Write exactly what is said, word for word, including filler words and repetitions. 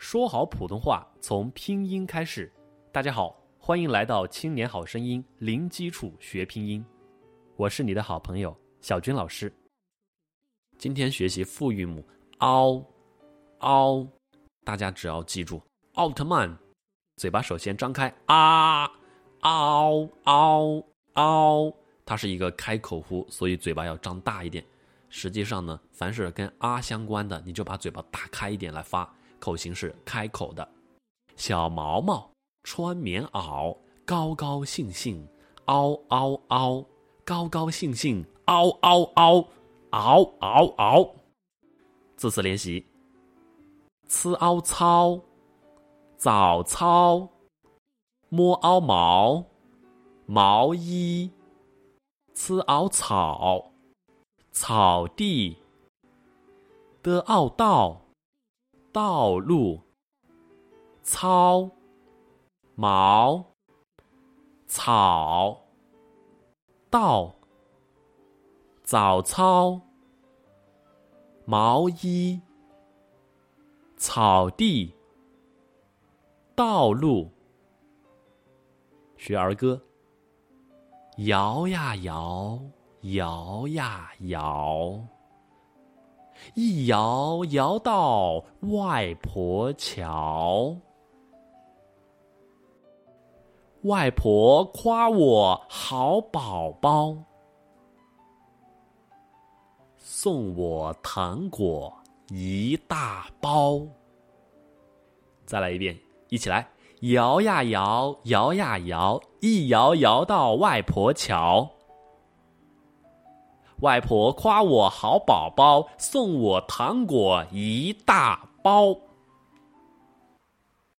说好普通话从拼音开始。大家好，欢迎来到青年好声音零基础学拼音，我是你的好朋友小军老师。今天学习复韵母嗷嗷，大家只要记住奥特曼，嘴巴首先张开啊嗷嗷嗷，它是一个开口呼，所以嘴巴要张大一点。实际上呢，凡是跟啊相关的，你就把嘴巴打开一点来发，口型是开口的。小毛毛穿棉袄，高高兴兴嗷嗷嗷，高高兴兴嗷嗷嗷，嗷嗷嗷。字词练习：吃嗷操，早操，摸嗷毛，毛衣，吃嗷草，草地，的嗷道，道路，操，毛，草，道，早操，毛衣，草地，道路。学儿歌：摇呀摇，摇呀摇，一摇摇到外婆桥。外婆夸我好宝宝，送我糖果一大包。再来一遍，一起来，摇呀摇，摇呀摇，一摇摇到外婆桥。外婆夸我好宝宝，送我糖果一大包。